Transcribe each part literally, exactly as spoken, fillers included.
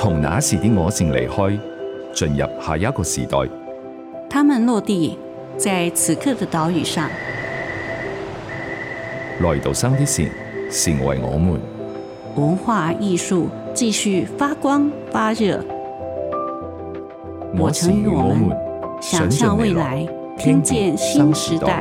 從那時的我城離開，進入下一個時代。 他們落地在此刻的島嶼上， 來到生的時，成為我們。 文化藝術繼續發光發熱。我城與我們，想象未來，聽見新時代。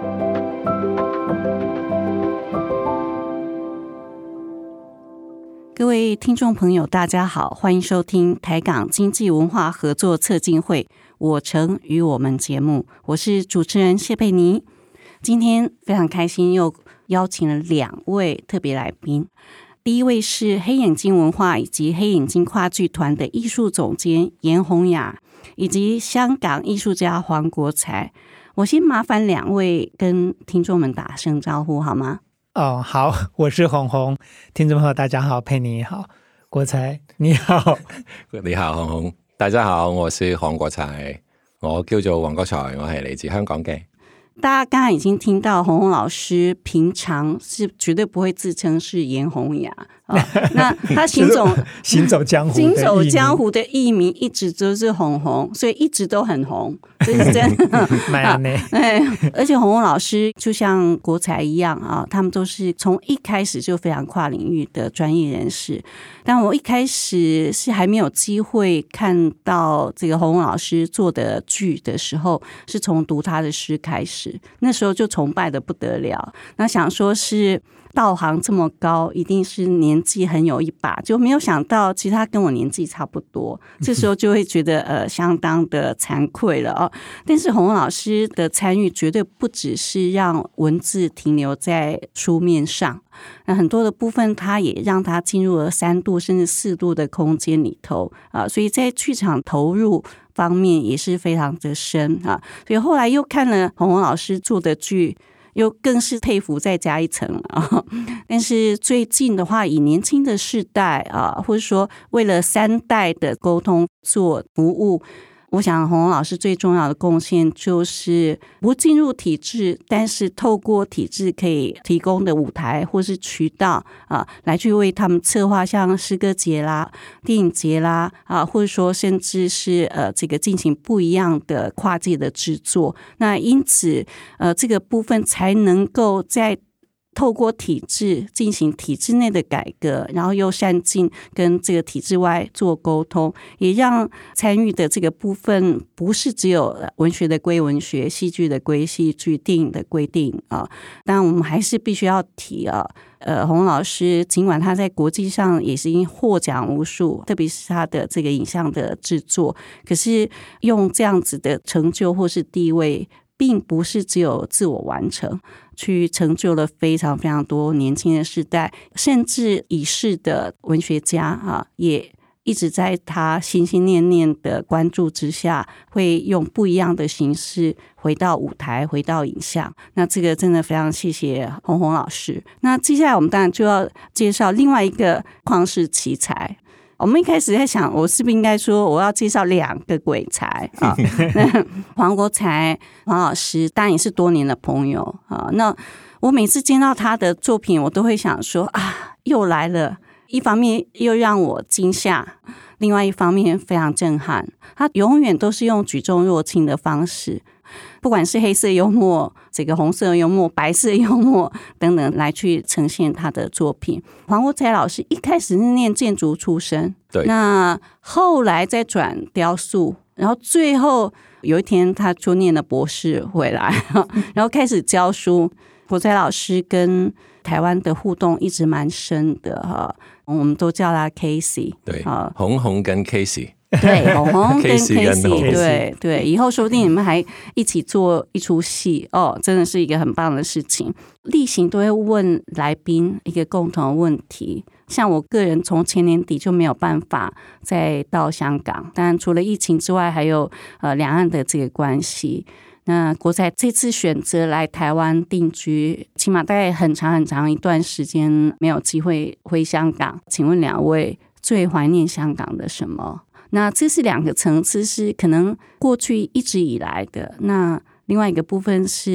各位聽眾朋友大家好，歡迎收聽台港經濟文化合作策進會我城與我們節目，我是主持人謝佩妮。今天非常開心又邀請了兩位特別來賓，第一位是黑眼睛文化以及黑眼睛跨劇團的藝術總監嚴弘雅，以及香港藝術家黃國才。我先麻煩兩位跟聽眾們打聲招呼好嗎？ 哦，好，我是弘弘，聽眾朋友大家好，佩妮好，國才你好。 你好弘弘，大家好，我是黃國才，我叫做黃國才，我係嚟自香港嘅。 大家剛剛已經聽到弘弘老師平常是絕對不會自稱是嚴弘雅、哦、那他行走行走江湖行走江湖的藝名一直都是弘弘，所以一直都很紅，這是真的。啊哎、而且弘弘老師就像國才一樣啊，他們都是從一開始就非常跨領域的專業人士。但我一開始是還沒有機會看到這個弘弘老師做的劇的時候，是從讀他的詩開始，那時候就崇拜得不得了。那想說是道行這麼高，一定是年紀很有一把，就沒有想到其實他跟我年紀差不多，這時候就會覺得呃相當的慚愧了哦。但是弘弘老師的參與絕對不只是讓文字停留在書面上，那很多的部分他也讓他進入了三度甚至四度的空間裡頭啊，所以在劇場投入方面也是非常的深啊。所以後來又看了弘弘老師做的劇，又更是佩服再加一層啊！但是最近的話，以年輕的世代啊，或者說為了三代的溝通做服務，我想弘弘老師最重要的貢獻就是不進入體制，但是透過體制可以提供的舞台或是渠道啊，來去為他們策劃像詩歌節啦、電影節啦啊，或者說甚至是呃這個進行不一樣的跨界的製作。那因此呃這個部分才能夠在透過體制進行體制內的改革，然後又善盡跟這個體制外做溝通，也讓參與的這個部分不是只有文學的歸文學，戲劇的歸戲劇，電影的歸電影啊。但我們還是必須要提啊，呃，弘弘老師儘管他在國際上也是已經獲獎無數，特別是他的這個影像的製作，可是用這樣子的成就或是地位，並不是只有自我完成，去成就了非常非常多年輕的世代，甚至已逝的文學家啊，也一直在他心心念念的關注之下，會用不一樣的形式回到舞台，回到影像。那這個真的非常謝謝弘弘老師。那接下來我們當然就要介紹另外一個曠世奇才。我們一開始在想，我是不是應該說我要介紹兩個鬼才啊？那黃國才黃老師當然也是多年的朋友啊。那我每次見到他的作品，我都會想說啊，又來了。一方面又讓我驚嚇，另外一方面非常震撼。他永遠都是用舉重若輕的方式，不管是黑色幽默、這個紅色幽默、白色幽默等等，來去呈現他的作品。黃國才老師一開始是念建築出身， 對， 那後來再轉雕塑，然後最後有一天他就念了博士回來，然後開始教書。國才老師跟台灣的互動一直蠻深的哈，我們都叫他 Casey， 對，弘弘跟 Casey。 對，弘弘跟 Casey， 對對，以後說不定你們還一起做一出戲哦，真的是一個很棒的事情。例行都會問來賓一個共同的問題，像我個人從前年底就沒有辦法再到香港，當然除了疫情之外，還有呃兩岸的這個關係。那國才這次選擇來台灣定居，起碼大概很長很長一段時間沒有機會回香港。請問兩位最懷念香港的什麼？那這是兩個層次，是可能過去一直以來的。那另外一個部分是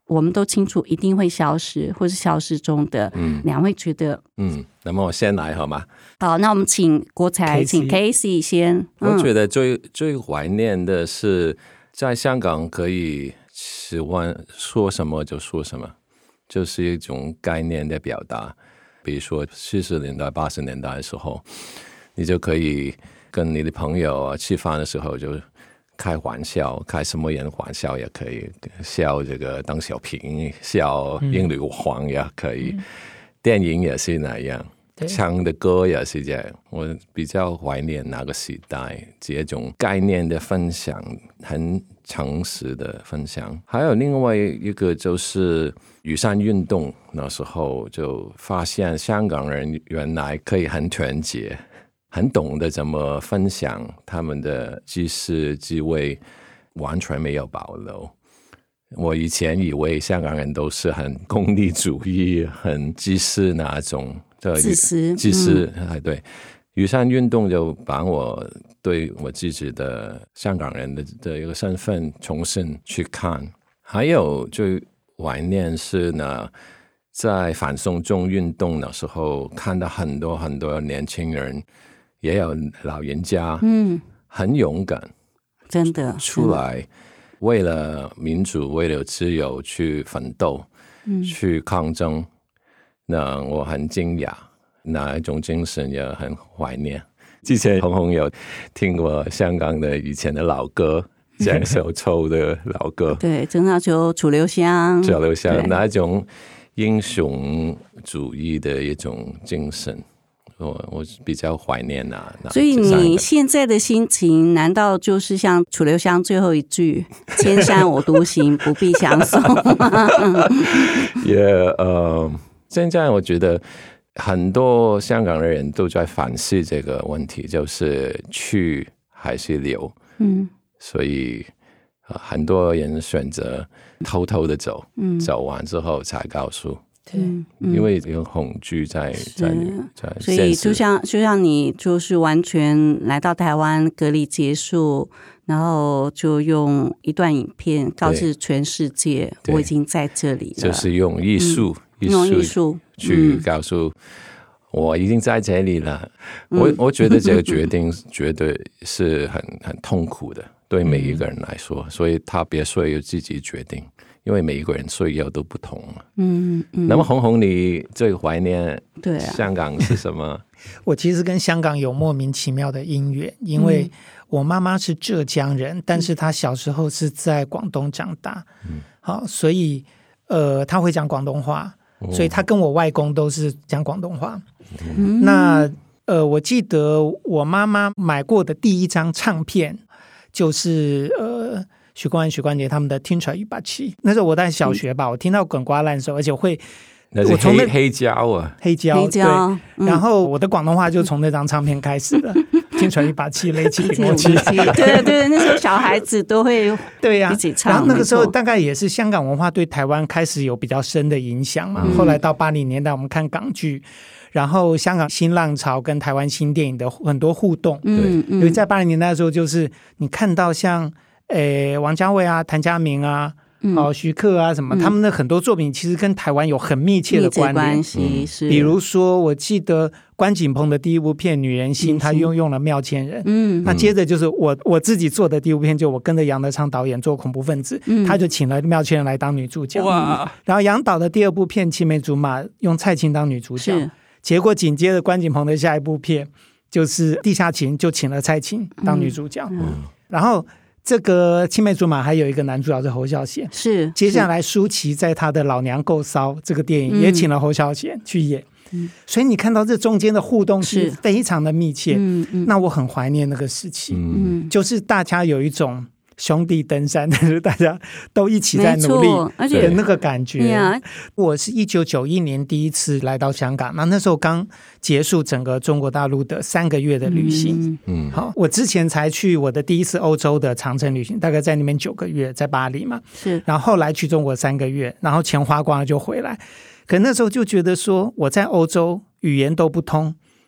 我们都清楚一定会消失或是消失中的，嗯，两位觉得？ 嗯，那么我先来好吗？ 好，那我们请国才，请 Casey 先。 嗯、我觉得最最怀念的是在香港可以喜欢说什么就说什么，就是一种概念的表达。比如说七十年代、八十年代的时候，你就可以跟你的朋友啊吃饭的时候就开玩笑，开什么人玩笑也可以，笑这个邓小平，笑英女皇也可以，嗯、电影也是那样，唱的歌也是这样。我比较怀念那个时代，这种概念的分享，很诚实的分享。还有另外一个就是雨伞运动，那时候就发现香港人原来可以很团结，很懂得怎么分享他们的知识智慧，完全没有保留。我以前以为香港人都是很功利主义、很自私那种， 自私， 自私，哎、嗯，对。雨伞运动就把我对我自己的香港人的的一个身份重新去看。还有最怀念是呢，在反送中运动的时候，看到很多很多年轻人，也有老人家，嗯，很勇敢， 真的出来为了民主、为了自由去奋斗，嗯，去抗争。那我很惊讶，那一种精神也很怀念。之前红红有听过香港的以前的老歌，蒋小臭的老歌， 对，郑少秋、楚留香， 楚留香那一种英雄主义的一种精神。我我比较怀念啊， 所以你现在的心情，难道就是像楚留香最后一句“千山我独行，不必相送”吗？ 也呃，现在我觉得很多香港的人都在反思这个问题，就是去还是留。嗯，所以、呃、很多人选择偷偷的走，嗯，走完之后才告诉。 嗯， 因为有恐惧在在在， 所以就像就像你就是完全来到台湾隔离结束，然后就用一段影片告诉全世界我已经在这里了， 就是用艺术、 嗯、用艺术去告诉我已经在这里了。嗯、我我觉得这个决定绝对是很很痛苦的，对每一个人来说，嗯、所以他别说有自己决定。因为每一个人需要都不同，嗯嗯。那么红红，你最怀念对香港是什么？啊、 我其实跟香港有莫名其妙的因缘，因为我妈妈是浙江人，嗯、但是她小时候是在广东长大，嗯，好，所以呃，她会讲广东话，哦、所以她跟我外公都是讲广东话。嗯、那呃，我记得我妈妈买过的第一张唱片就是呃。许冠安、许冠杰他们的《听出来一把气》，那时候我在小学吧，嗯、我听到滚瓜烂熟，而且会， 那是黑黑胶啊， 黑胶，黑胶对。嗯、然后我的广东话就从那张唱片开始了，听出来一把气，勒起屏幕气， 对对，那时候小孩子都会对呀、啊、 一起唱。 然后那个时候大概也是香港文化对台湾开始有比较深的影响嘛。嗯、后来到八零年代，我们看港剧。然后香港新浪潮跟台湾新电影的很多互动，嗯嗯，因为在八零年代的时候，就是你看到像。诶，王家卫啊，谭家明啊，嗯、哦，徐克啊，什么，嗯、他们的很多作品其实跟台湾有很密切的关联。 嗯、是， 比如说，我记得关锦鹏的第一部片《女人心》，他用用了妙千人。嗯，那接着就是我我自己做的第一部片，就我跟着杨德昌导演做恐怖分子，嗯、他就请了妙千人来当女主角。哇！然后杨导的第二部片《青梅竹马》用蔡琴当女主角，结果紧接着关锦鹏的下一部片就是《地下情》，就请了蔡琴当女主角。嗯，嗯然后。这个青梅竹马还有一个男主角是侯孝贤， 是接下来舒淇在他的老娘够骚这个电影也请了侯孝贤去演，嗯、所以你看到这中间的互动是非常的密切，嗯嗯、那我很怀念那个时期，嗯、就是大家有一种兄弟登山，但是大家都一起在努力的那个感觉。我是一九九一年第一次来到香港，那那时候刚结束整个中国大陆的三个月的旅行。嗯，好，我之前才去我的第一次欧洲的长程旅行，大概在那边九个月，在巴黎嘛。是，然后后来去中国三个月，然后钱花光了就回来。可那时候就觉得说，我在欧洲语言都不通。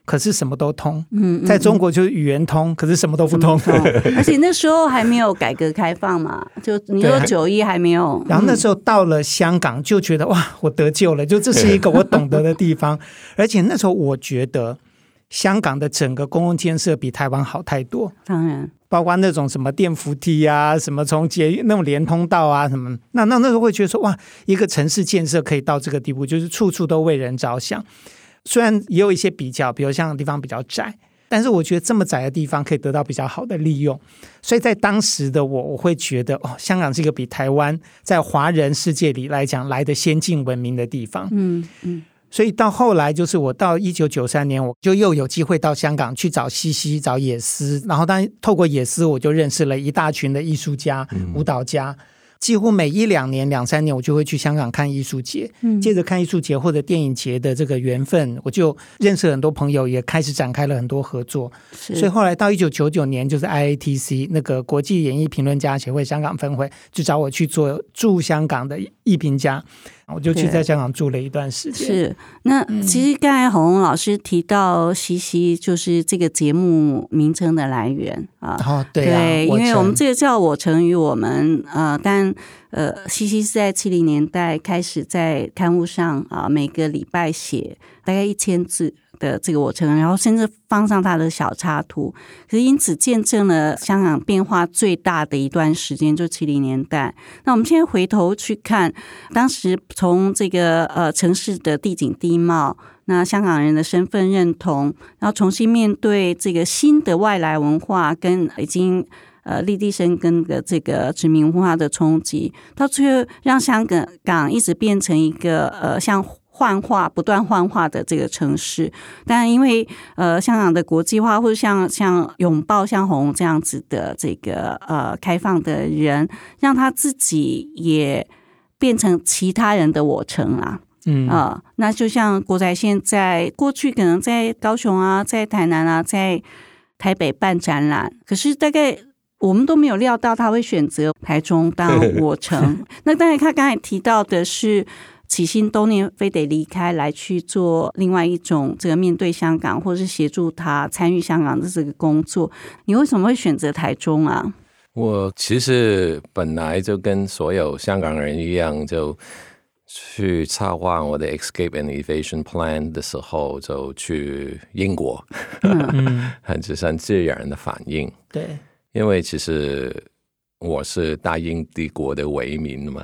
可是什么都通。嗯，在中国就是语言通，可是什么都不通。 而且那时候还没有改革开放嘛，就你说九一还没有。 然后那时候到了香港，就觉得哇，我得救了，就这是一个我懂得的地方。而且那时候我觉得香港的整个公共建设比台湾好太多。 当然。 包括那种什么电扶梯啊，什么从捷运那种连通道啊，什么那那那时候会觉得说哇，一个城市建设可以到这个地步，就是处处都为人着想。虽然也有一些比较，比如像地方比较窄，但是我觉得这么窄的地方可以得到比较好的利用。所以在当时的我，我会觉得哦，香港是一个比台湾在华人世界里来讲来的先进文明的地方。嗯嗯。所以到后来就是我到一九九三年我就又有机会到香港去找西西找野思，然后当然透过野思我就认识了一大群的艺术家、嗯、舞蹈家，几乎每一两年两三年我就会去香港看艺术节、嗯、接着看艺术节或者电影节的这个缘分，我就认识了很多朋友，也开始展开了很多合作。所以后来到一九九九年就是 I A T C 那个国际演艺评论家协会香港分会就找我去做驻香港的艺评家，我就去在香港住了一段时间。 是，那其实刚才洪洪老师提到西西，就是这个节目名称的来源啊。 哦，对啊， 对，因为我们这个叫我城与我们，呃，但呃，西西是在七零年代开始在刊物上啊，每个礼拜写大概一千字的这个我城，然后甚至放上他的小插图，可是因此见证了香港变化最大的一段时间，就七零年代。那我们现在回头去看，当时从这个呃城市的地景地貌，那香港人的身份认同，然后重新面对这个新的外来文化跟已经呃立地生根的这个殖民文化的冲击，到最后让香港一直变成一个呃像幻化不断幻化的这个城市。但因为呃香港的国际化，或者像像拥抱像洪这样子的这个呃开放的人，让他自己也变成其他人的我城啊。嗯啊、呃，那就像国宅现在过去可能在高雄啊，在台南啊，在台北办展览，可是大概我们都没有料到他会选择台中当我城。那当然他刚才提到的是起心动念非得离开来去做另外一种这个面对香港，或是协助他参与香港的这个工作。你为什么会选择台中啊？ 我其实本来就跟所有香港人一样，就去策划我的 Escape and Evasion Plan 的时候就去英国，嗯，很只是很自然的反应。 对， 因为其实我是大英帝国的维民嘛，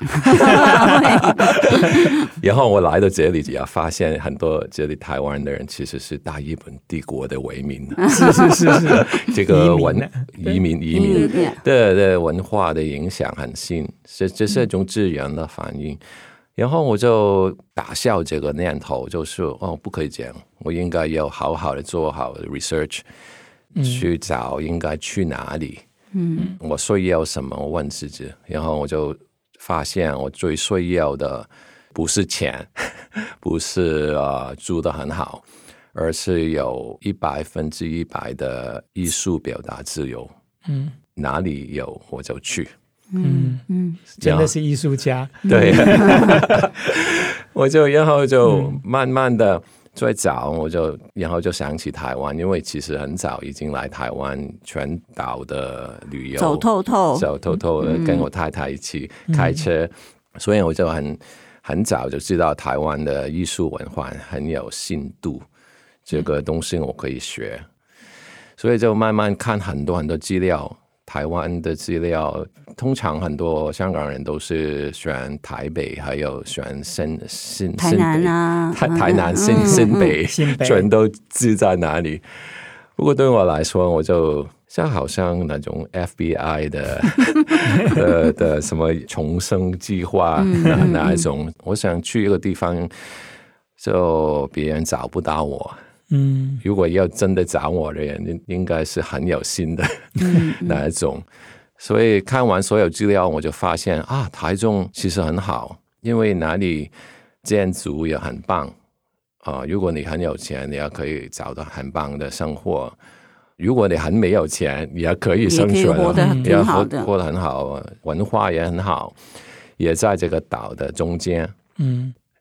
然后我来到这里也发现很多这里台湾的人其实是大日本帝国的维民， 是是是是， 这个文移民移民对对文化的影响很新，这这是一种自然的反应。然后我就打消这个念头，就是哦，不可以这样，我应该要好好的做好 research，嗯，去找应该去哪里。嗯，我需要什么？我问自己，然后我就发现我最需要的不是钱，不是呃住得很好，而是有一百分之一百的艺术表达自由。嗯，哪里有我就去。 嗯嗯，真的是艺术家。 对，我就然后就慢慢的。最早我就然后就想起台湾，因为其实很早已经来台湾全岛的旅游， 走透透， 走透透的，跟我太太一起开车，嗯，所以我就很很早就知道台湾的艺术文化很有深度，这个东西我可以学，所以就慢慢看很多很多资料。台湾的资料，通常很多香港人都是选台北，还有选新新台南啊， 台台南新、嗯、新北，嗯、全都知在哪里。不过对我来说，我就像好像那种 F B I 的的的什么重生计划那那一种，我想去一个地方，就别人找不到我。嗯，如果要真的找我的人，应该是很有心的那一种。所以看完所有资料，我就发现啊，台中其实很好，因为哪里建筑也很棒啊，呃。如果你很有钱，你也可以找到很棒的生活；如果你很没有钱，你也可以生存， 也活得很好的， 活得很好，文化也很好，也在这个岛的中间。嗯。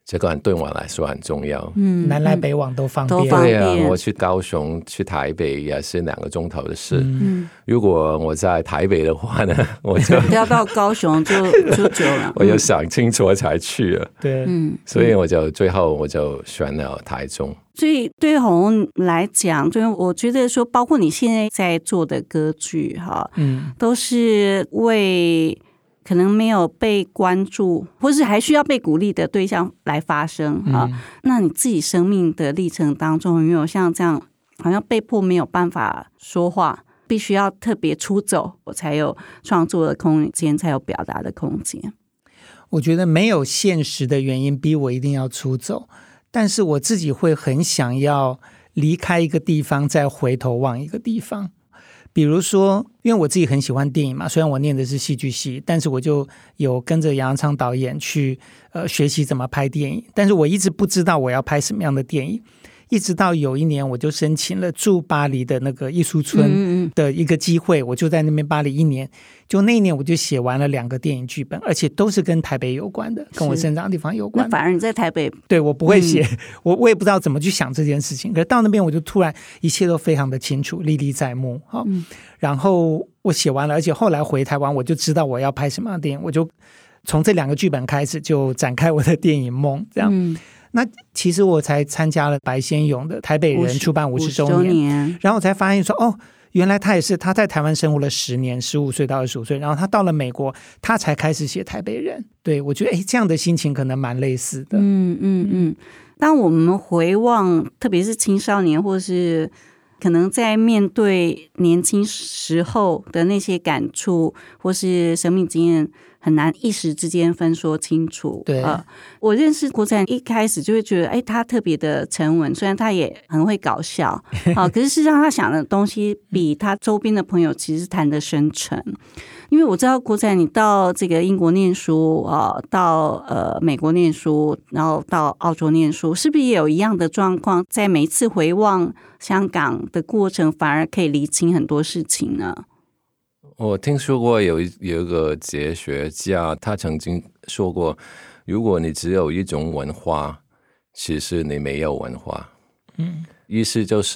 这个对我来说很重要。 嗯，南来北往都方便。 对啊，我去高雄去台北也是两个钟头的事。嗯，如果我在台北的话呢，我就要到高雄就就久了。 我有想清楚才去了。 对， 嗯， 所以我就最后我就选了台中。 所以对鸿来讲，就是我觉得说，包括你现在在做的歌剧哈，嗯，都是为可能没有被关注，或是还需要被鼓励的对象来发声啊、嗯。那你自己生命的历程当中，有没有像这样，好像被迫没有办法说话，必须要特别出走，我才有创作的空间，才有表达的空间？ 我觉得没有现实的原因逼我一定要出走，但是我自己会很想要离开一个地方，再回头望一个地方。比如说，因为我自己很喜欢电影嘛，虽然我念的是戏剧系，但是我就有跟着杨昌导演去呃学习怎么拍电影，但是我一直不知道我要拍什么样的电影。一直到有一年我就申请了驻巴黎的那个艺术村的一个机会，我就在那边巴黎一年，就那一年我就写完了两个电影剧本，而且都是跟台北有关的，跟我生长的地方有关的。 那反而你在台北， 对，我不会写、嗯、我我也不知道怎么去想这件事情，可是到那边我就突然一切都非常的清楚，历历在目、哦嗯、然后我写完了，而且后来回台湾我就知道我要拍什么样的电影，我就从这两个剧本开始就展开我的电影梦这样、嗯，那其实我才参加了白先勇的台北人出版五十周年，然后我才发现说，哦，原来他也是他在台湾生活了十年，十五岁到二十五岁，然后他到了美国，他才开始写台北人。对，我觉得哎，这样的心情可能蛮类似的。 嗯嗯嗯。当我们回望，特别是青少年，或是可能在面对年轻时候的那些感触，或是生命经验，很难一时之间分说清楚。 对、 呃，我认识国展一开始就会觉得，哎，他特别的沉稳，虽然他也很会搞笑，啊、呃，可是事实上他想的东西比他周边的朋友其实谈得深沉。因为我知道国展你到这个英国念书啊、呃，到呃美国念书，然后到澳洲念书，是不是也有一样的状况？在每一次回望香港的过程，反而可以厘清很多事情呢？ 我听说过有一有一个哲学家，他曾经说过，如果你只有一种文化，其实你没有文化。嗯，意思就是，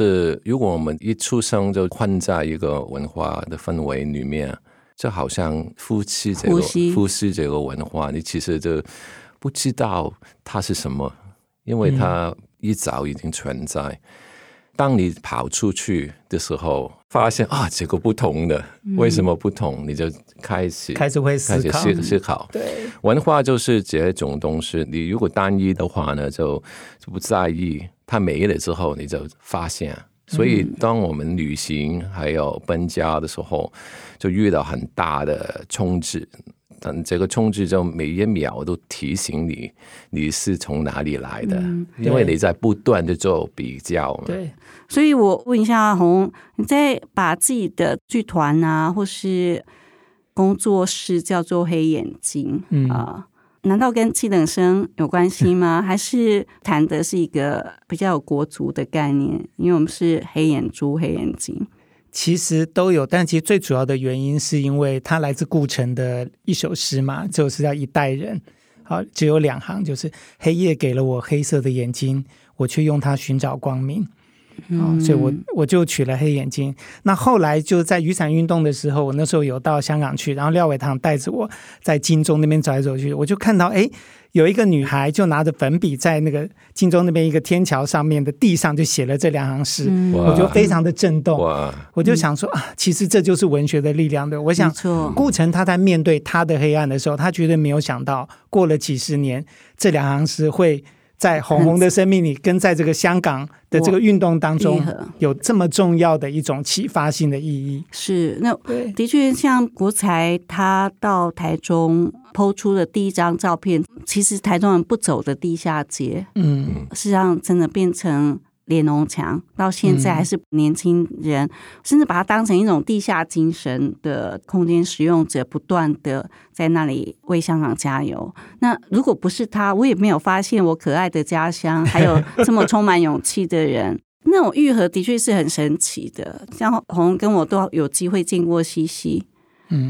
如果我们一出生就困在一个文化的氛围里面，就好像呼吸这个呼吸这个文化，你其实就不知道它是什么，因为它一早已经存在。嗯，当你跑出去的时候，发现啊，这个不同的，为什么不同？你就开始开始会思考， 开始思考。 对， 文化就是这种东西。你如果单一的话呢，就就不在意，它没了之后，你就发现。所以，当我们旅行还有搬家的时候，就遇到很大的冲击。但这个冲击就每一秒都提醒你你是从哪里来的、嗯、因为你在不断的做比较嘛。 对，所以我问一下鸿，你在把自己的剧团啊或是工作室叫做黑眼睛、嗯呃、难道跟七等生有关系吗？还是谈的是一个比较有国族的概念，因为我们是黑眼珠黑眼睛？ 其实都有，但其实最主要的原因是因为它来自顾城的一首诗嘛，就是叫一代人。好，只有两行，就是黑夜给了我黑色的眼睛，我却用它寻找光明。嗯、所以我我就取了黑眼睛。那后来就在雨伞运动的时候，我那时候有到香港去，然后廖伟堂带着我在金钟那边走来走去，我就看到哎，有一个女孩就拿着粉笔在那个金钟那边一个天桥上面的地上就写了这两行诗、嗯、我就非常的震动。我就想说啊，其实这就是文学的力量的。我想顾城他在面对他的黑暗的时候，他绝对没有想到过了几十年这两行诗会在鸿鸿的生命里跟在这个香港的这个运动当中有这么重要的一种启发性的意义。是，那的确像国才他到台中 po 出的第一张照片，其实台中人不走的地下街，嗯，事实上真的变成连农墙，到现在还是年轻人、嗯、甚至把它当成一种地下精神的空间使用者，不断的在那里为香港加油。那如果不是他，我也没有发现我可爱的家乡还有这么充满勇气的人。那种愈合的确是很神奇的，像鸿跟我都有机会见过西西，嗯，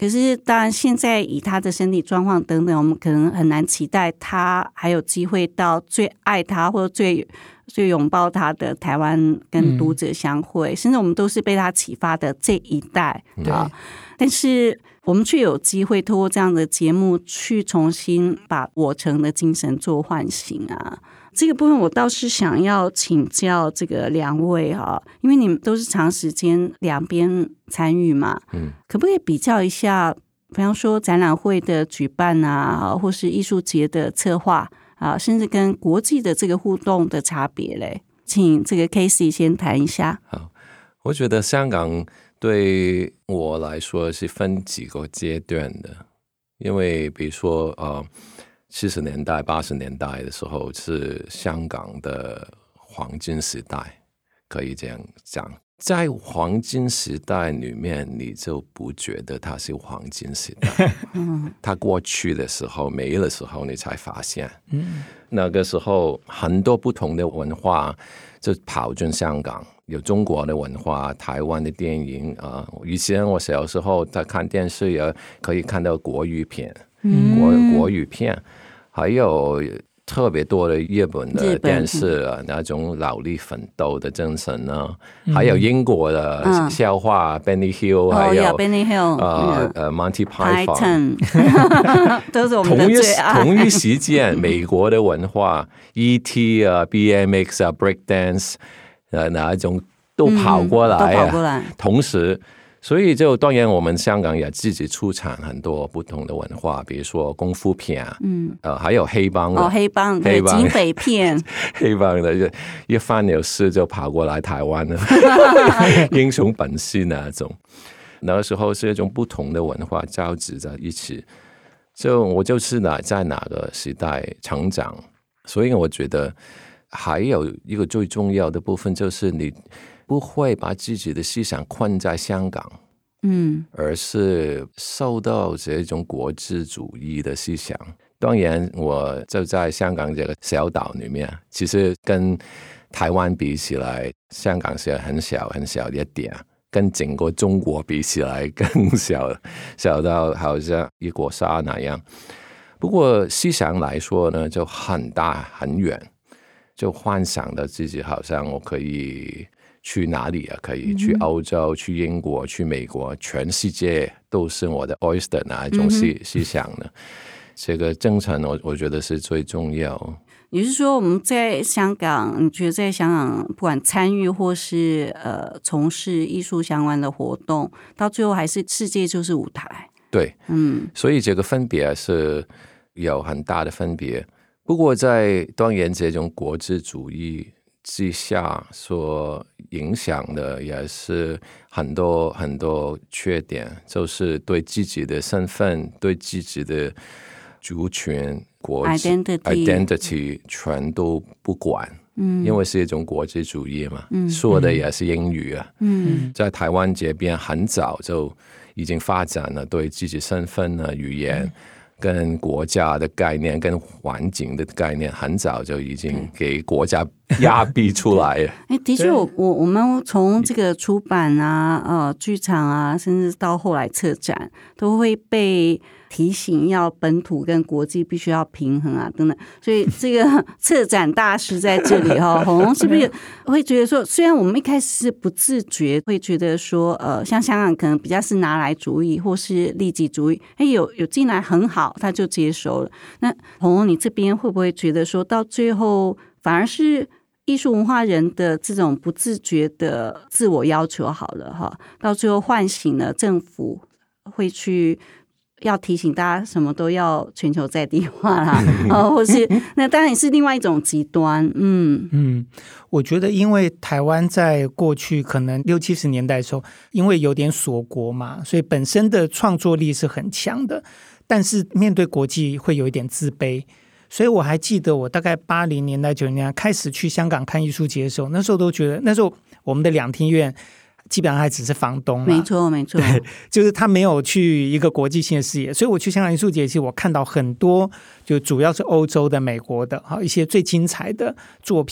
可是当然现在以他的身体状况等等，我们可能很难期待他还有机会到最爱他或者最最拥抱他的台湾跟读者相会、嗯、甚至我们都是被他启发的这一代啊。但是我们却有机会透过这样的节目去重新把我城的精神做唤醒啊。这个部分我倒是想要请教这个两位哈，因为你们都是长时间两边参与嘛，嗯，可不可以比较一下，比方说展览会的举办啊，或是艺术节的策划啊，甚至跟国际的这个互动的差别嘞？请这个 Casey 先谈一下。 好，我觉得香港对我来说是分几个阶段的，因为比如说呃。七十年代、八十年代的时候是香港的黄金时代，可以这样讲。在黄金时代里面，你就不觉得它是黄金时代。它过去的时候、没的时候，你才发现。那个时候很多不同的文化就跑进香港，有中国的文化、台湾的电影啊、呃。以前我小时候在看电视也可以看到国语片。国, 国语片，还有特别多的日本的电视啊，那种劳力奋斗的精神呢、啊嗯，还有英国的笑话、嗯、Benny Hill， 还有、 oh, yeah, Benny Hill， 呃呃 Monty Python， 都是我们的最爱。 同一时间，美国的文化 E T 啊、B M X 啊、Breakdance 呃哪一种都跑过来、啊嗯、都跑过来， 同时。所以就当然我们香港也自己出产很多不同的文化，比如说功夫片啊，嗯，呃，还有黑帮的哦，黑帮，黑帮警匪片， 黑帮的一犯有事就跑过来台湾了，英雄本色那种。那个时候是一种不同的文化交织在一起，就我就是哪在哪个时代成长，所以我觉得还有一个最重要的部分就是你。不会把自己的思想困在香港，嗯，而是受到这种国际主义的思想。当然，我就在香港这个小岛里面，其实跟台湾比起来，香港是很小很小的一点，跟整个中国比起来更小，小到好像一国沙那样。不过思想来说呢，就很大很远，就幻想的自己好像我可以。去哪里啊？可以去欧洲、去英国、去美国，全世界都是我的 oyster 哪一种思、嗯、思想呢？这个真诚我我觉得是最重要。 你是说我们在香港，你觉得在香港不管参与或是呃从事艺术相关的活动，到最后还是世界就是舞台？ 对，嗯，所以这个分别是有很大的分别。不过在当然这种国际主义之下所影响的也是很多很多缺点，就是对自己的身份、对自己的族群、国籍 identity, identity 全都不管，嗯，因为是一种国际主义嘛，嗯，说的也是英语啊，嗯，在台湾这边很早就已经发展了对自己身份啊、语言。嗯跟国家的概念跟环境的概念很早就已经给国家压逼出来了。 哎，的确我我我们从这个出版啊、呃剧场啊，甚至到后来策展，都会被提醒要本土跟国际必须要平衡啊等等。所以这个策展大师在这里哈、哦，鸿是不是会觉得说，虽然我们一开始是不自觉会觉得说，呃，像香港可能比较是拿来主义或是利己主义，哎，有有进来很好，他就接收了。那鸿你这边会不会觉得说到最后反而是艺术文化人的这种不自觉的自我要求好了哈，到最后唤醒了政府会去要提醒大家什么都要全球在地化啦，呃、或是那当然也是另外一种极端。嗯嗯，我觉得因为台湾在过去可能六七十年代的时候，因为有点锁国嘛，所以本身的创作力是很强的，但是面对国际会有一点自卑。所以我还记得我大概八零年代九零年代开始去香港看艺术节的时候，那时候都觉得那时候我们的两厅院基本上还只是房东啦， 没错没错， 就是他没有去一个国际性的视野。所以我去香港艺术节，其实我看到很多就主要是欧洲的、美国的一些最精彩的作品。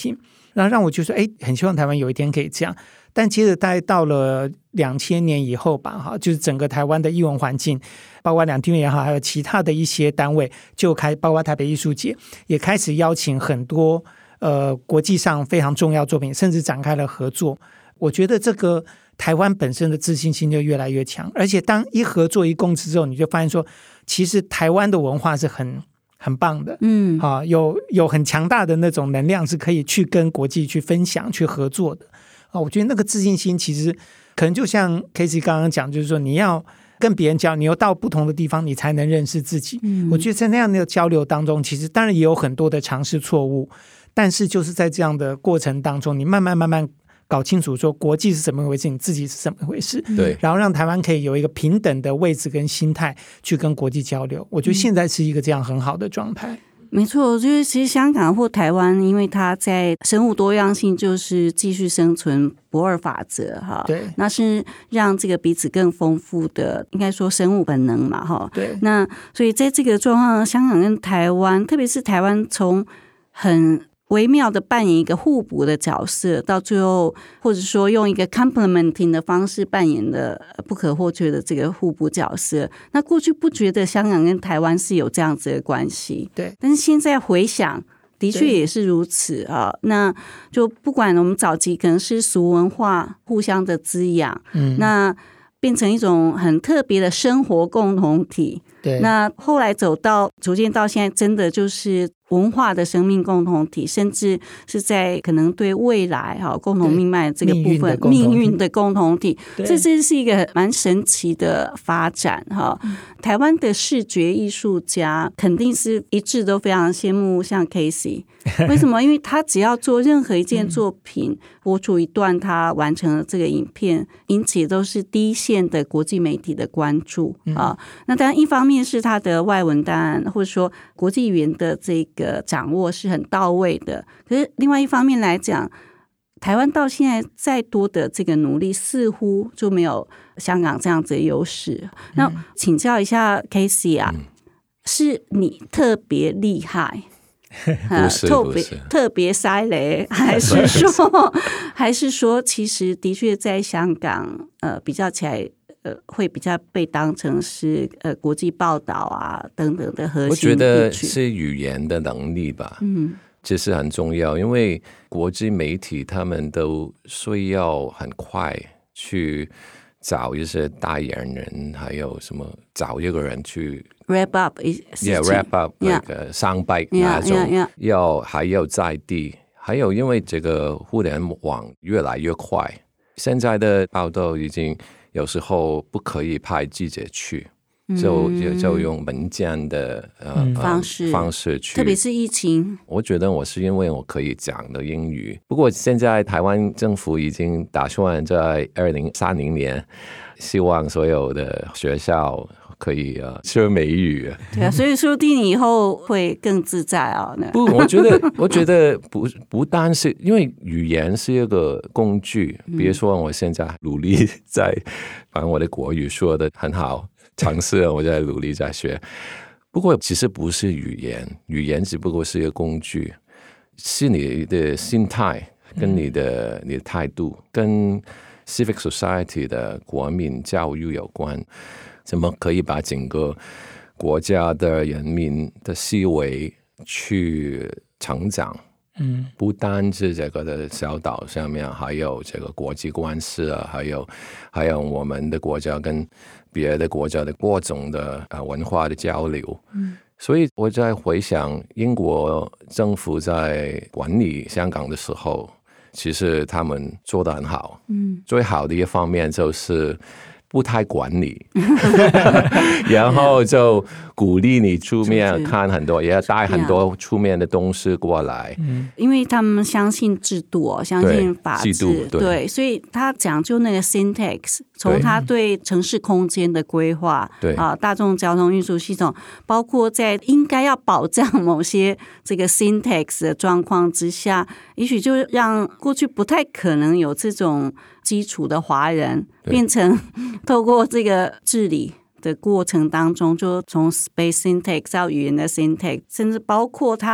然后让我就说，哎，很希望台湾有一天可以这样。但接着大概到了两千年以后吧，哈，就是整个台湾的艺文环境，包括两厅院也好，还有其他的一些单位，就开，包括台北艺术节，也开始邀请很多呃国际上非常重要作品，甚至展开了合作。我觉得这个台湾本身的自信心就越来越强，而且当一合作一共治之后，你就发现说，其实台湾的文化是很很棒的，嗯，啊，有有很强大的那种能量，是可以去跟国际去分享、去合作的。啊，我觉得那个自信心其实可能就像 Casey 刚刚讲，就是说你要跟别人交流，你要到不同的地方，你才能认识自己。嗯，我觉得在那样的交流当中，其实当然也有很多的尝试错误，但是就是在这样的过程当中，你慢慢慢慢搞清楚说国际是怎么回事，你自己是怎么回事，对，然后让台湾可以有一个平等的位置跟心态去跟国际交流。我觉得现在是一个这样很好的状态。 没错，就是其实香港或台湾，因为它在生物多样性就是继续生存不二法则哈，对，那是让这个彼此更丰富的，应该说生物本能嘛哈，对，那所以在这个状况，香港跟台湾，特别是台湾从很微妙的扮演一个互补的角色，到最后或者说用一个 complementing 的方式扮演的不可或缺的这个互补角色。那过去不觉得香港跟台湾是有这样子的关系，对，但是现在回想的确也是如此啊。那就不管我们早期可能是俗文化互相的滋养，嗯，那变成一种很特别的生活共同体，对，那后来走到逐渐到现在，真的就是文化的生命共同体，甚至是在可能对未来哈共同命脉这个部分命运的共同体，这这是一个蛮神奇的发展哈。台湾的视觉艺术家肯定是一致都非常羡慕像 Casey， 为什么？因为他只要做任何一件作品，播出一段他完成了这个影片，引起都是第一线的国际媒体的关注啊。那当然一方面是他的外文档案或者说国际语言的这个掌握是很到位的，可是另外一方面来讲，台湾到现在再多的这个努力似乎就没有香港这样子的优势。那请教一下 Casey 啊，是你特别厉害不是特别特别塞雷，还是说还是说其实的确在香港呃比较起来呃会比较被当成是呃国际报道啊等等的核心？ 我觉得是语言的能力吧，嗯，这是很重要，因为国际媒体他们都需要很快去找一些代言人，还有什么找一个人去 wrap up yeah wrap up 那个soundbite那种， yeah, yeah, yeah. 要还要在地，还有因为这个互联网越来越快，现在的报道已经有时候不可以派记者去，就就用文件的呃、嗯、方式方式去， 特别是疫情。 我觉得我是因为我可以讲的英语，不过现在台湾政府已经打算在二零三零年，希望所有的学校可以呃说美语。 对啊，所以说不定以后会更自在啊。 不，我觉得我觉得不不单是因为语言是一个工具，比如说我现在努力在把我的国语说得很好。尝试我在努力在学，不过其实不是语言，语言只不过是一个工具，是你的心态跟你的、嗯、你的态度，跟 civic society 的国民教育有关。怎么可以把整个国家的人民的思维去成长？嗯，不单是这个的小岛上面，还有这个国际关系啊，还有还有我们的国家跟别的国家的各种的呃文化的交流。嗯，所以我在回想英国政府在管理香港的时候，其实他们做得很好。嗯，最好的一方面就是不太管你然后就鼓励你出面看很多，也要带很多出面的东西过来、 嗯、因为他们相信制度、哦、相信法治， 对, 对, 对，所以他讲究那个 syntax， 从他对城市空间的规划，对啊，大众交通运输系统，包括在应该要保障某些这个 syntax 的状况之下，也许就让过去不太可能有这种基础的华人变成透过这个治理的过程当中，就从 space syntax 到语言的 syntax， 甚至包括他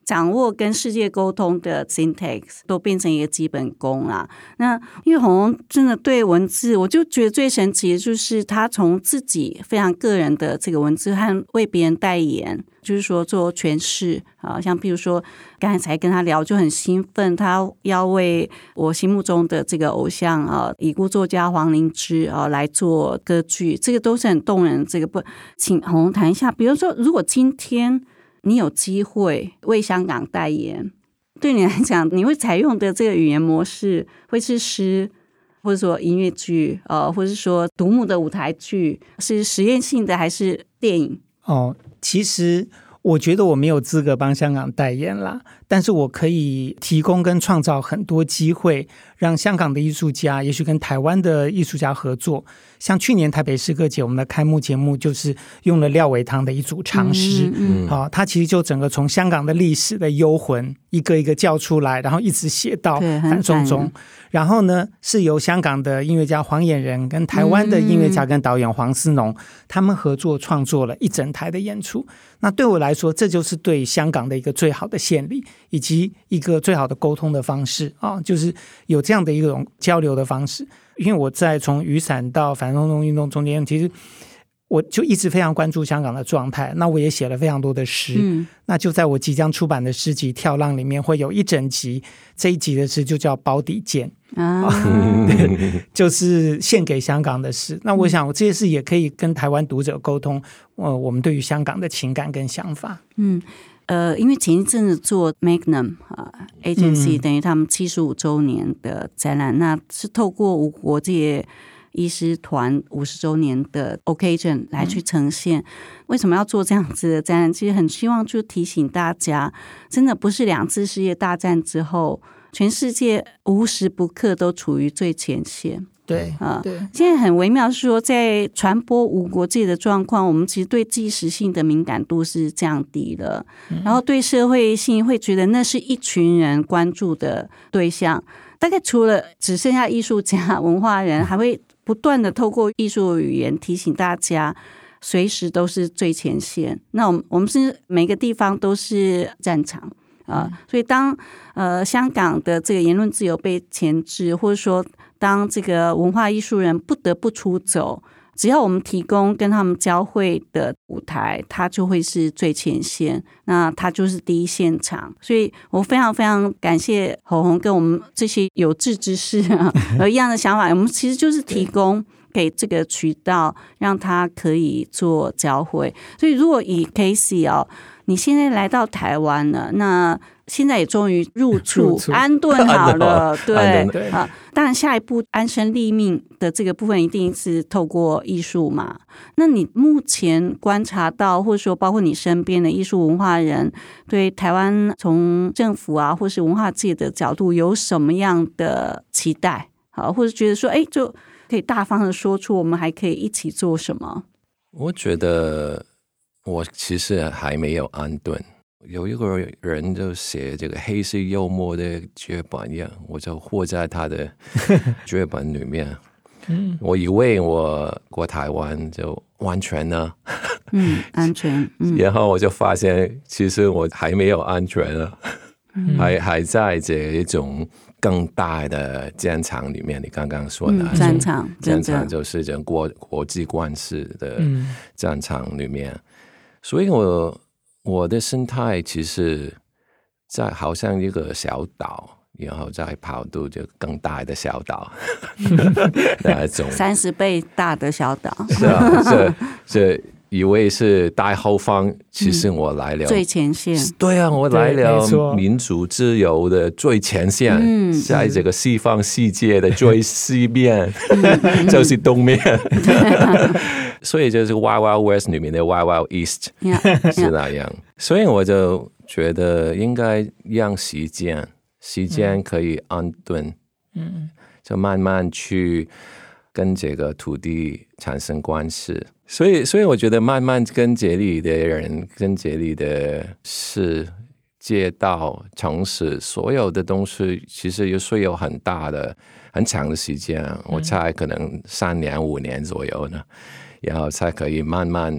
掌握跟世界沟通的 syntax 都变成一个基本功啦。那因为鸿鸿真的对文字，我就觉得最神奇的就是他从自己非常个人的这个文字和为别人代言，就是说做诠释啊，像比如说刚才跟他聊就很兴奋，他要为我心目中的这个偶像啊，已故作家黄灵芝啊来做歌剧，这个都是很动人。这个不，请鸿鸿谈一下，比如说如果今天你有机会为香港代言，对你来讲，你会采用的这个语言模式会是诗，或者说音乐剧，呃，或者说独幕的舞台剧，是实验性的还是电影？ 哦，其实我觉得我没有资格帮香港代言啦，但是我可以提供跟创造很多机会，让香港的艺术家，也许跟台湾的艺术家合作。像去年台北诗歌节，我们的开幕节目就是用了廖伟棠的一组长诗，嗯嗯哦，他其实就整个从香港的历史的幽魂一个一个叫出来，然后一直写到反送中。然后呢，是由香港的音乐家黄衍仁跟台湾的音乐家跟导演黄思农，他们合作创作了一整台的演出。那对我来说，这就是对香港的一个最好的献礼，以及一个最好的沟通的方式啊，就是有这样的一种交流的方式。因为我在从雨伞到反送中运动中间，其实我就一直非常关注香港的状态，那我也写了非常多的诗，嗯，那就在我即将出版的诗集《跳浪》里面会有一整集，这一集的诗就叫包底剑啊，就是献给香港的诗。那我想这些事也可以跟台湾读者沟通，呃，我们对于香港的情感跟想法。嗯。 呃，因为前一阵子做 Magnum 啊 Agency，嗯，等于他们七十五周年的展览，那是透过无国界医师团五十周年的 occasion 来去呈现。嗯，为什么要做这样子的展览？其实很希望就提醒大家，真的不是两次世界大战之后，全世界无时不刻都处于最前线。 对啊，对， 现在很微妙是说，在传播无国界的状况，我们其实对即时性的敏感度是降低了，嗯，然后对社会性会觉得那是一群人关注的对象。大概除了只剩下艺术家、文化人，还会不断的透过艺术语言提醒大家，随时都是最前线。那我们我们是每个地方都是战场啊，呃，所以当呃香港的这个言论自由被钳制，或者说当这个文化艺术人不得不出走，只要我们提供跟他们交汇的舞台，它就会是最前线，那它就是第一现场。所以我非常非常感谢鸿鸿跟我们这些有志之士啊有一样的想法，我们其实就是提供给这个渠道，让他可以做交汇。所以如果以 Casey 哦，你现在来到台湾了，那现在也终于入住安顿好了，对对啊。当然，下一步安身立命的这个部分一定是透过艺术嘛。那你目前观察到，或者说包括你身边的艺术文化人，对台湾从政府啊，或是文化界的角度有什么样的期待？好，或者觉得说，哎，就可以大方的说出我们还可以一起做什么？ 我觉得我其实还没有安顿。有一个人就写这个黑色幽默的剧本一样，我就活在他的剧本里面。嗯，我以为我过台湾就完全呢， 嗯，安全。嗯， 然后我就发现，其实我还没有安全了，嗯，还还在这一种更大的战场里面。你刚刚说的， 嗯，战场， 战场就是这种国国际关系的战场里面，嗯，所以我。我的生态其实在好像一个小岛，然后再跑到就更大的小岛那种三十倍大的小岛。 是啊，这这以为是大后方，其实我来了，嗯， 最前线。 对啊，我来了民主自由的最前线，嗯，在这个西方世界的最西面，嗯，就是东面。所以就是 Wild Wild West 里面的 Wild Wild East， yeah, 是那样， yeah. 所以我就觉得应该让时间，时间可以安顿，嗯，就慢慢去跟这个土地产生关系。所以，所以我觉得慢慢跟这里的人、跟这里的事、街道、城市，所有的东西，其实也是有很大的、很长的时间，我猜可能三年、五年左右呢。然后才可以慢慢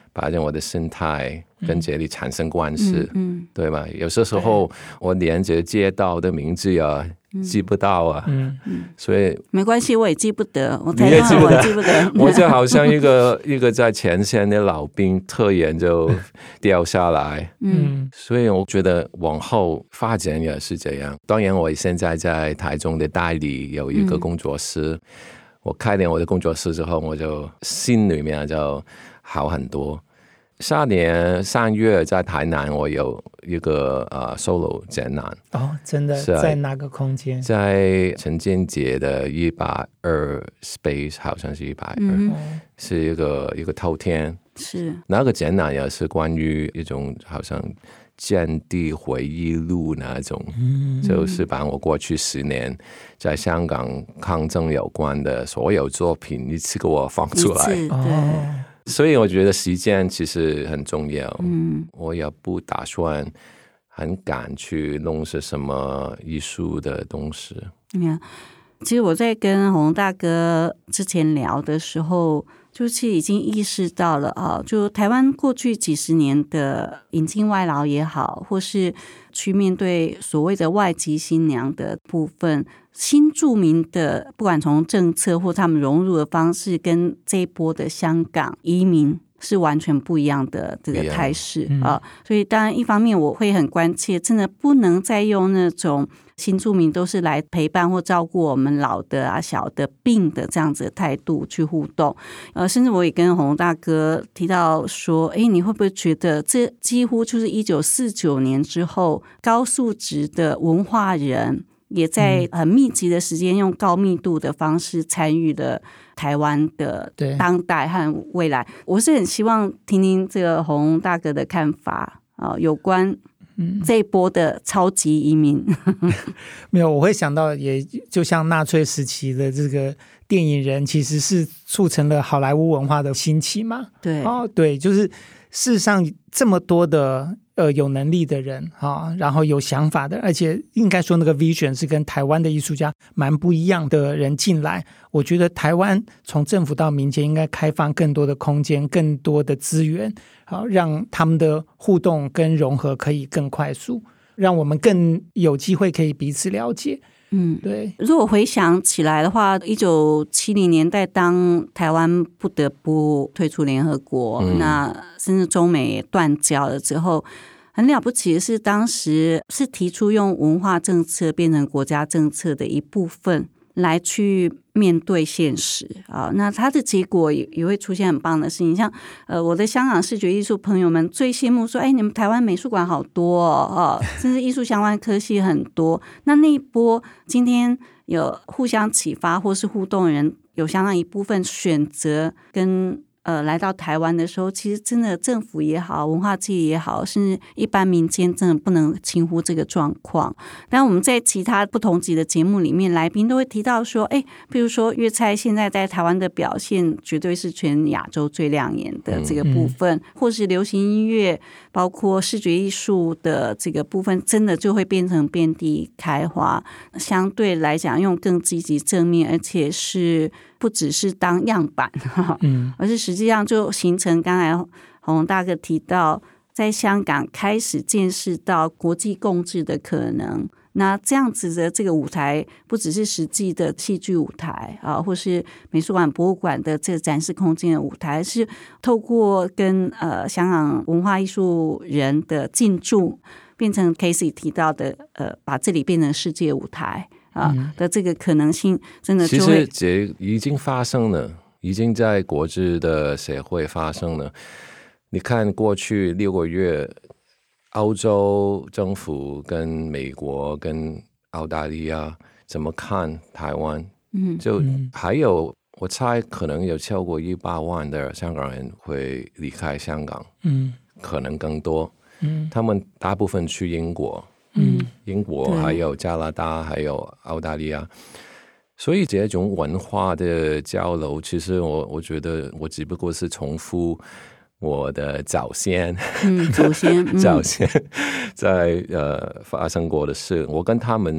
发现我的心态跟这里产生关系， 嗯嗯、 对吧？有些时候我连这街道的名字啊记不到啊，嗯嗯、所以没关系，我也记不得，我台湾我也记不得， 我就好像一个一个在前线的老兵，突然就掉下来，嗯，所以我觉得往后发展也是这样。当然，我现在在台中的代理有一个工作室，嗯、我开了我的工作室之后，我就心里面就好很多。下年三月在台南，我有一个呃 solo 展览哦，真的在哪个空间？ 在陈建杰的一百二 space， 好像是一百二，是一个一个透天， 是那个展览也是关于一种好像战地回忆录那种，嗯、就是把我过去十年在香港抗争有关的所有作品一次给我放出来， 对。 所以我觉得时间其实很重要，嗯，我也不打算很赶去弄些什么艺术的东西。 嗯，其实我在跟洪大哥之前聊的时候，就是已经意识到了啊，就台湾过去几十年的引进外劳也好，或是去面对所谓的外籍新娘的部分，新住民的不管从政策或他们融入的方式，跟这一波的香港移民是完全不一样的这个态势啊。所以当然一方面我会很关切，真的不能再用那种新住民都是来陪伴或照顾我们老的啊、小的、病的这样子的态度去互动。呃，甚至我也跟洪大哥提到说，哎，你会不会觉得这几乎就是一九四九年之后高素质的文化人也在很密集的时间用高密度的方式参与了台湾的当代和未来。我是很希望听听这个洪大哥的看法啊、呃，有关这一波的超级移民。 没有，我会想到也就像纳粹时期的这个电影人其实是促成了好莱坞文化的兴起嘛。 对， 哦，对，就是事实上这么多的呃有能力的人啊，然后有想法的，而且应该说那个 vision 是跟台湾的艺术家蛮不一样的人进来，我觉得台湾从政府到民间应该开放更多的空间，更多的资源，好让他们的互动跟融合可以更快速，让我们更有机会可以彼此了解。嗯，对。 如果回想起来的话，一九七零年代当台湾不得不退出联合国，嗯、那甚至中美也断交了之后，很了不起的是，当时是提出用文化政策变成国家政策的一部分来去面对现实啊，那它的结果也也会出现很棒的事情。像呃，我的香港视觉艺术朋友们最羡慕说，哎，你们台湾美术馆好多哦，哦甚至艺术相关科系很多。那那一波今天有互相启发或是互动的人，有相当一部分选择跟呃，来到台湾的时候，其实真的政府也好，文化界也好，甚至一般民间真的不能轻忽这个状况。但我们在其他不同集的节目里面，来宾都会提到说，哎，比如说粤菜现在在台湾的表现，绝对是全亚洲最亮眼的这个部分，嗯、或是流行音乐，包括视觉艺术的这个部分，真的就会变成遍地开花。相对来讲，用更积极正面，而且是不只是当样板，嗯、而是实际上就形成刚才洪大哥提到，在香港开始见识到国际共治的可能。那这样子的这个舞台，不只是实际的戏剧舞台啊，或是美术馆、博物馆的这个展示空间的舞台，是透过跟呃香港文化艺术人的进驻，变成 Casey 提到的呃，把这里变成世界舞台。啊的这个可能性真的就会， 其实这已经发生了，已经在国际的社会发生了。你看过去六个月，欧洲政府跟美国跟澳大利亚怎么看台湾？嗯，就还有我猜可能有超过一百万的香港人会离开香港，嗯，可能更多，嗯，他们大部分去英国。嗯，英国还有加拿大还有澳大利亚，所以这种文化的交流，其实我我觉得我只不过是重复我的祖先， 嗯，祖先， 祖先在呃发生过的事。我跟他们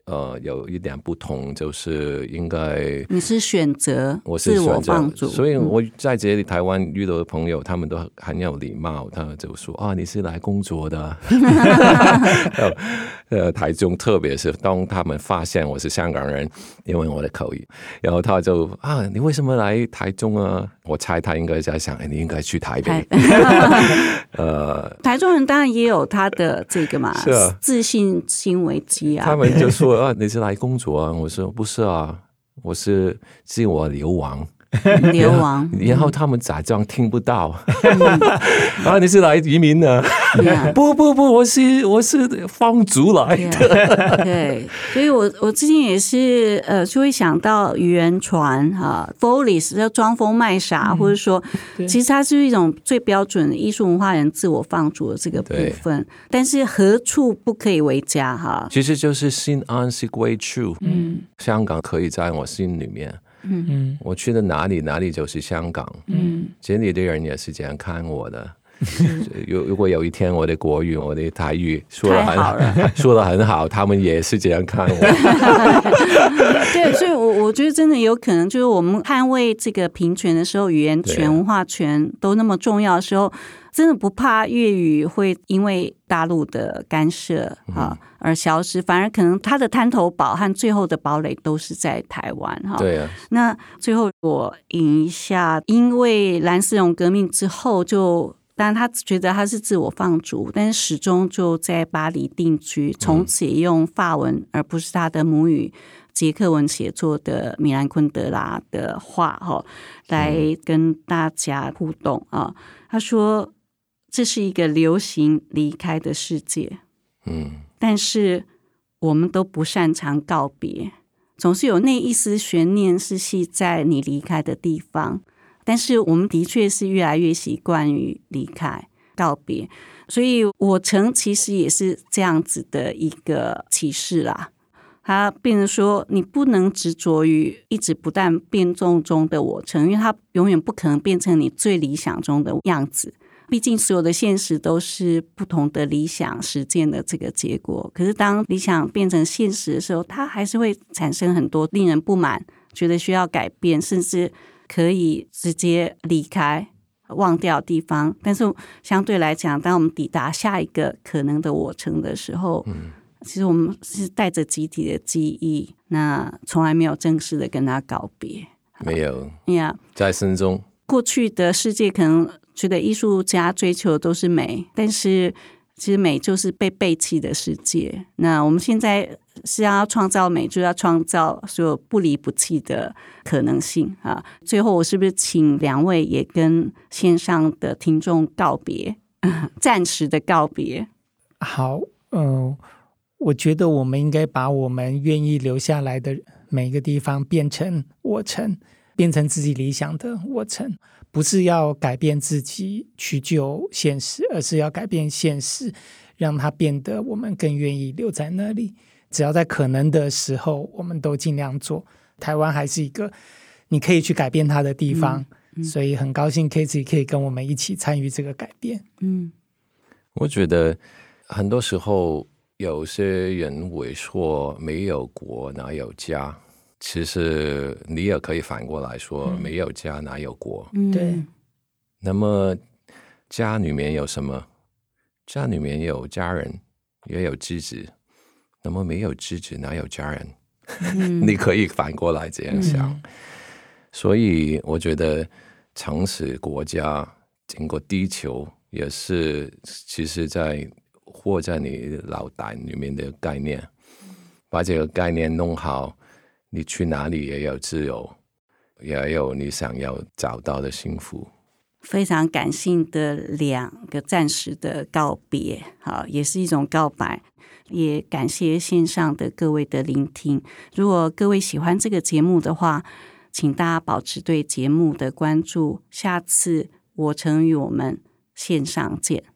呃有一点不同，就是应该你是选择我是自我选择放逐， 所以我在这里台湾遇到的朋友，他们都很有礼貌，他们就说啊，你是来工作的。呃，台中特别是当他们发现我是香港人，因为我的口语，然后他就啊，你为什么来台中啊？我猜他应该在想，哎，你应该去台北。呃， 台中人当然也有他的这个嘛， 是啊， 自信心危机啊。 他们就说啊，你是来工作啊？我说不是啊，我是自我流亡。 流亡， 然后他们假装听不到。啊，你是来移民的？不不不，我是我是放逐来的。 对，所以我我之前也是呃，就会想到语言传哈 ，Follies 要装疯卖傻，嗯、或者说，其实它是一种最标准的艺术文化人自我放逐的这个部分。但是何处不可以为家哈？ 其实就是心安是归处。嗯，香港可以在我心里面。嗯，我去的哪里哪里就是香港。嗯，这里的人也是这样看我的。如如果有一天我的国语、我的台语说得很好，说得很好，他们也是这样看我。 对，所以我我觉得真的有可能，就是我们捍卫这个平权的时候，语言权、文化权都那么重要的时候，真的不怕粤语会因为大陆的干涉啊而消失，反而可能它的滩头堡和最后的堡垒都是在台湾哈。 对啊。 那最后我引一下，因为蓝丝绒革命之后就。当然他觉得他是自我放逐，但是始终就在巴黎定居，从此也用法文而不是他的母语捷克文写作的米兰昆德拉的话来跟大家互动啊。他说这是一个流行离开的世界，嗯，但是我们都不擅长告别，总是有那一丝悬念是系在你离开的地方，但是我们的确是越来越习惯于离开告别，所以我城其实也是这样子的一个启示啦。它变成说你不能执着于一直不断变动中的我城，因为它永远不可能变成你最理想中的样子，毕竟所有的现实都是不同的理想实践的这个结果。可是当理想变成现实的时候，它还是会产生很多令人不满，觉得需要改变，甚至可以直接离开忘掉地方。但是相对来讲，当我们抵达下一个可能的我城的时候、嗯、其实我们是带着集体的记忆，那从来没有正式的跟他告别， 没有、 yeah. 在心中。 过去的世界可能觉得艺术家追求的都是美，但是其实美就是被背弃的世界。那我们现在是要创造美，就要创造所有不离不弃的可能性啊！最后，我是不是请两位也跟线上的听众告别，暂时的告别？ 好，嗯、呃，我觉得我们应该把我们愿意留下来的每个地方变成我城，变成自己理想的我城。不是要改变自己去救现实，而是要改变现实，让它变得我们更愿意留在那里。只要在可能的时候，我们都尽量做。台湾还是一个你可以去改变它的地方，嗯嗯、所以很高兴 Casey 可以跟我们一起参与这个改变。 嗯， 我觉得很多时候有些人会说没有国哪有家，其实你也可以反过来说、嗯、没有家哪有国。 对。 那么家里面有什么？家里面有家人，也有妻子。那么没有妻子哪有家人？嗯、你可以反过来这样想。嗯、所以我觉得城市国家整个地球也是其实在活在你脑袋里面的概念，把这个概念弄好，你去哪里也有自由，也有你想要找到的幸福。 非常感性的两个暂时的告别，好，也是一种告白。也感谢线上的各位的聆听。如果各位喜欢这个节目的话，请大家保持对节目的关注。下次我城与我们线上见。